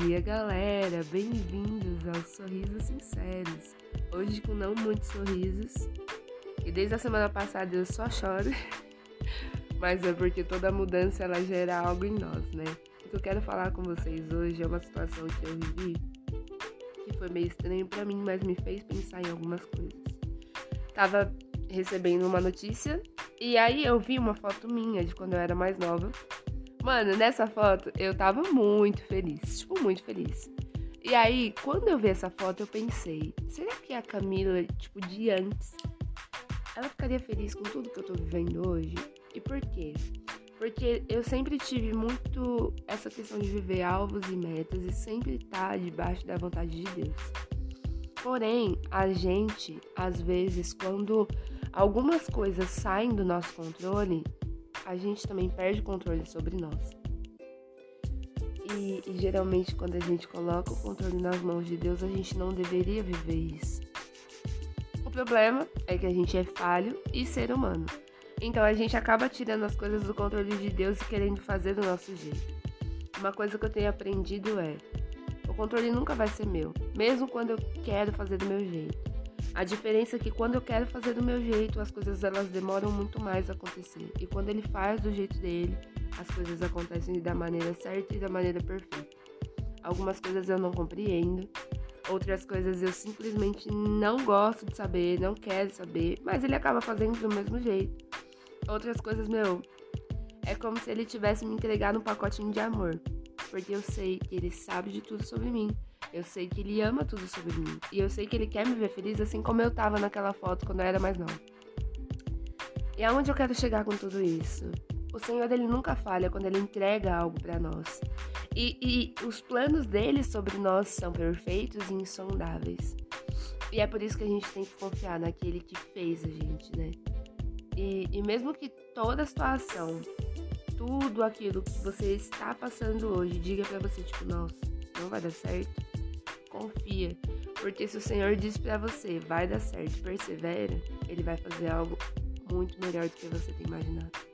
dia, galera! Bem-vindos aos Sorrisos Sinceros. Hoje com não muitos sorrisos. E desde a semana passada eu só choro. Mas é porque toda mudança ela gera algo em nós, né? O que eu quero falar com vocês hoje é uma situação que eu vivi, que foi meio estranho pra mim, mas me fez pensar em algumas coisas. Tava recebendo uma notícia e aí eu vi uma foto minha de quando eu era mais nova. Mano, nessa foto eu tava muito feliz, muito feliz. E aí, quando eu vi essa foto, eu pensei, será que a Camila, de antes, ela ficaria feliz com tudo que eu tô vivendo hoje? E por quê? Porque eu sempre tive muito essa questão de viver alvos e metas e sempre estar debaixo da vontade de Deus. Porém, a gente, às vezes, quando algumas coisas saem do nosso controle, a gente também perde o controle sobre nós. E geralmente quando a gente coloca o controle nas mãos de Deus, a gente não deveria viver isso. O problema é que a gente é falho e ser humano. Então a gente acaba tirando as coisas do controle de Deus e querendo fazer do nosso jeito. Uma coisa que eu tenho aprendido é, o controle nunca vai ser meu, mesmo quando eu quero fazer do meu jeito. A diferença é que quando eu quero fazer do meu jeito, as coisas elas demoram muito mais a acontecer. E quando ele faz do jeito dele, as coisas acontecem da maneira certa e da maneira perfeita. Algumas coisas eu não compreendo, outras coisas eu simplesmente não gosto de saber, não quero saber, mas ele acaba fazendo do mesmo jeito. Outras coisas, é como se ele tivesse me entregado um pacotinho de amor, porque eu sei que ele sabe de tudo sobre mim. Eu sei que ele ama tudo sobre mim. E eu sei que ele quer me ver feliz assim como eu tava naquela foto quando eu era mais nova. E aonde eu quero chegar com tudo isso? O Senhor, ele nunca falha quando ele entrega algo pra nós. E os planos dele sobre nós são perfeitos e insondáveis. E é por isso que a gente tem que confiar naquele que fez a gente, né? E mesmo que toda a situação, tudo aquilo que você está passando hoje, diga pra você, nossa, não vai dar certo. Confia, porque se o Senhor diz pra você, vai dar certo, persevera, ele vai fazer algo muito melhor do que você tem imaginado.